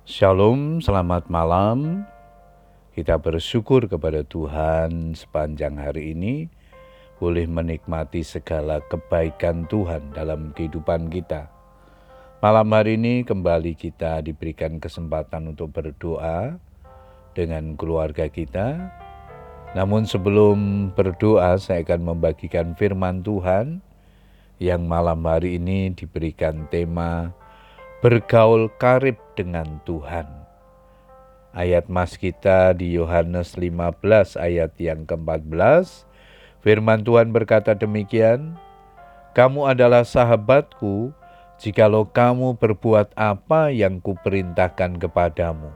Shalom, selamat malam. Kita bersyukur kepada Tuhan sepanjang hari ini boleh menikmati segala kebaikan Tuhan dalam kehidupan kita. Malam hari ini kembali kita diberikan kesempatan untuk berdoa dengan keluarga kita. Namun sebelum berdoa, saya akan membagikan firman Tuhan yang malam hari ini diberikan tema bergaul karib dengan Tuhan. Ayat mas kita di Yohanes 15 ayat yang ke-14, firman Tuhan berkata demikian, "Kamu adalah sahabatku jikalau kamu berbuat apa yang kuperintahkan kepadamu."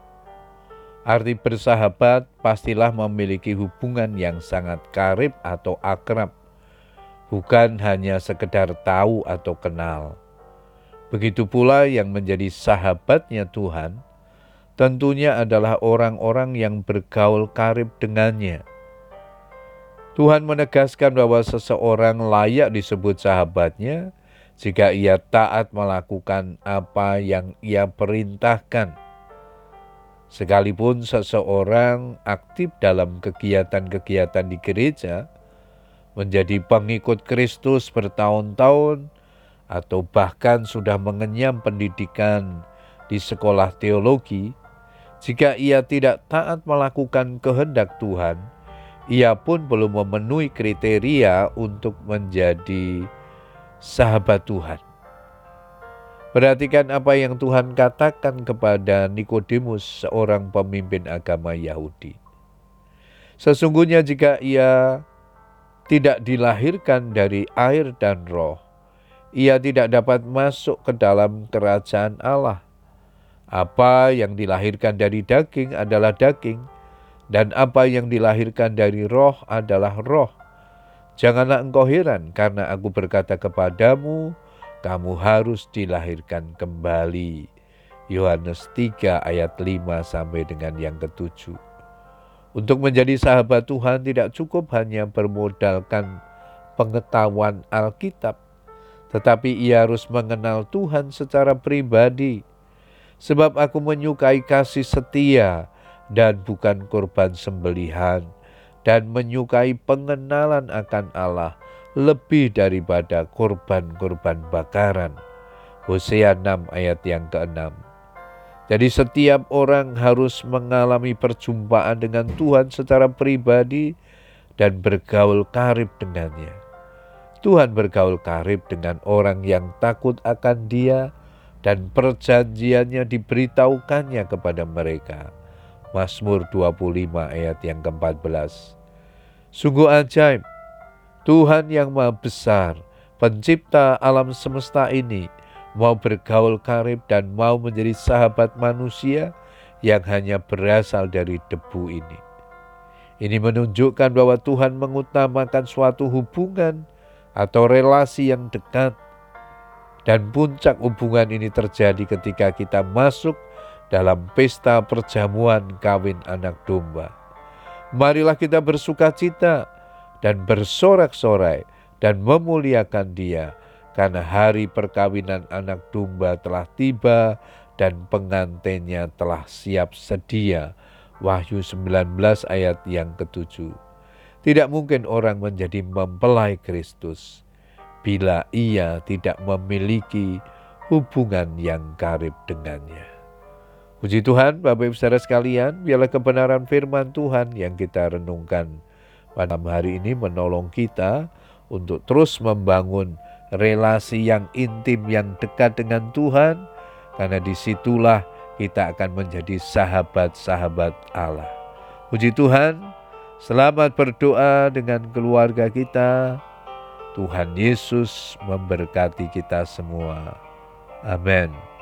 Arti bersahabat pastilah memiliki hubungan yang sangat karib atau akrab, bukan hanya sekedar tahu atau kenal. Begitu pula yang menjadi sahabatnya Tuhan, tentunya adalah orang-orang yang bergaul karib dengannya. Tuhan menegaskan bahwa seseorang layak disebut sahabatnya jika ia taat melakukan apa yang ia perintahkan. Sekalipun seseorang aktif dalam kegiatan-kegiatan di gereja, menjadi pengikut Kristus bertahun-tahun, atau bahkan sudah mengenyam pendidikan di sekolah teologi, jika ia tidak taat melakukan kehendak Tuhan, ia pun belum memenuhi kriteria untuk menjadi sahabat Tuhan. Perhatikan apa yang Tuhan katakan kepada Nikodemus, seorang pemimpin agama Yahudi. Sesungguhnya jika ia tidak dilahirkan dari air dan roh, ia tidak dapat masuk ke dalam kerajaan Allah. Apa yang dilahirkan dari daging adalah daging, dan apa yang dilahirkan dari roh adalah roh. Janganlah engkau heran karena aku berkata kepadamu, kamu harus dilahirkan kembali. Yohanes 3 ayat 5 sampai dengan yang ke-7. Untuk menjadi sahabat Tuhan tidak cukup hanya bermodalkan pengetahuan Alkitab, tetapi ia harus mengenal Tuhan secara pribadi. Sebab aku menyukai kasih setia dan bukan korban sembelihan, dan menyukai pengenalan akan Allah lebih daripada korban-korban bakaran. Hosea 6 ayat yang ke-6. Jadi setiap orang harus mengalami perjumpaan dengan Tuhan secara pribadi dan bergaul karib dengannya. Tuhan bergaul karib dengan orang yang takut akan Dia, dan perjanjiannya diberitahukannya kepada mereka. Mazmur 25 ayat yang ke-14. Sungguh ajaib, Tuhan yang Maha Besar, pencipta alam semesta ini, mau bergaul karib dan mau menjadi sahabat manusia yang hanya berasal dari debu ini. Ini menunjukkan bahwa Tuhan mengutamakan suatu hubungan atau relasi yang dekat. Dan puncak hubungan ini terjadi ketika kita masuk dalam pesta perjamuan kawin anak domba. Marilah kita bersukacita dan bersorak-sorai dan memuliakan Dia, karena hari perkawinan anak domba telah tiba dan pengantinnya telah siap sedia. Wahyu 19 ayat yang ke-7. Tidak mungkin orang menjadi mempelai Kristus bila ia tidak memiliki hubungan yang karib dengannya. Puji Tuhan, Bapak Ibu Saudara sekalian, biarlah kebenaran firman Tuhan yang kita renungkan pada hari ini menolong kita untuk terus membangun relasi yang intim, yang dekat dengan Tuhan, karena disitulah kita akan menjadi sahabat-sahabat Allah. Puji Tuhan, selamat berdoa dengan keluarga kita. Tuhan Yesus memberkati kita semua. Amin.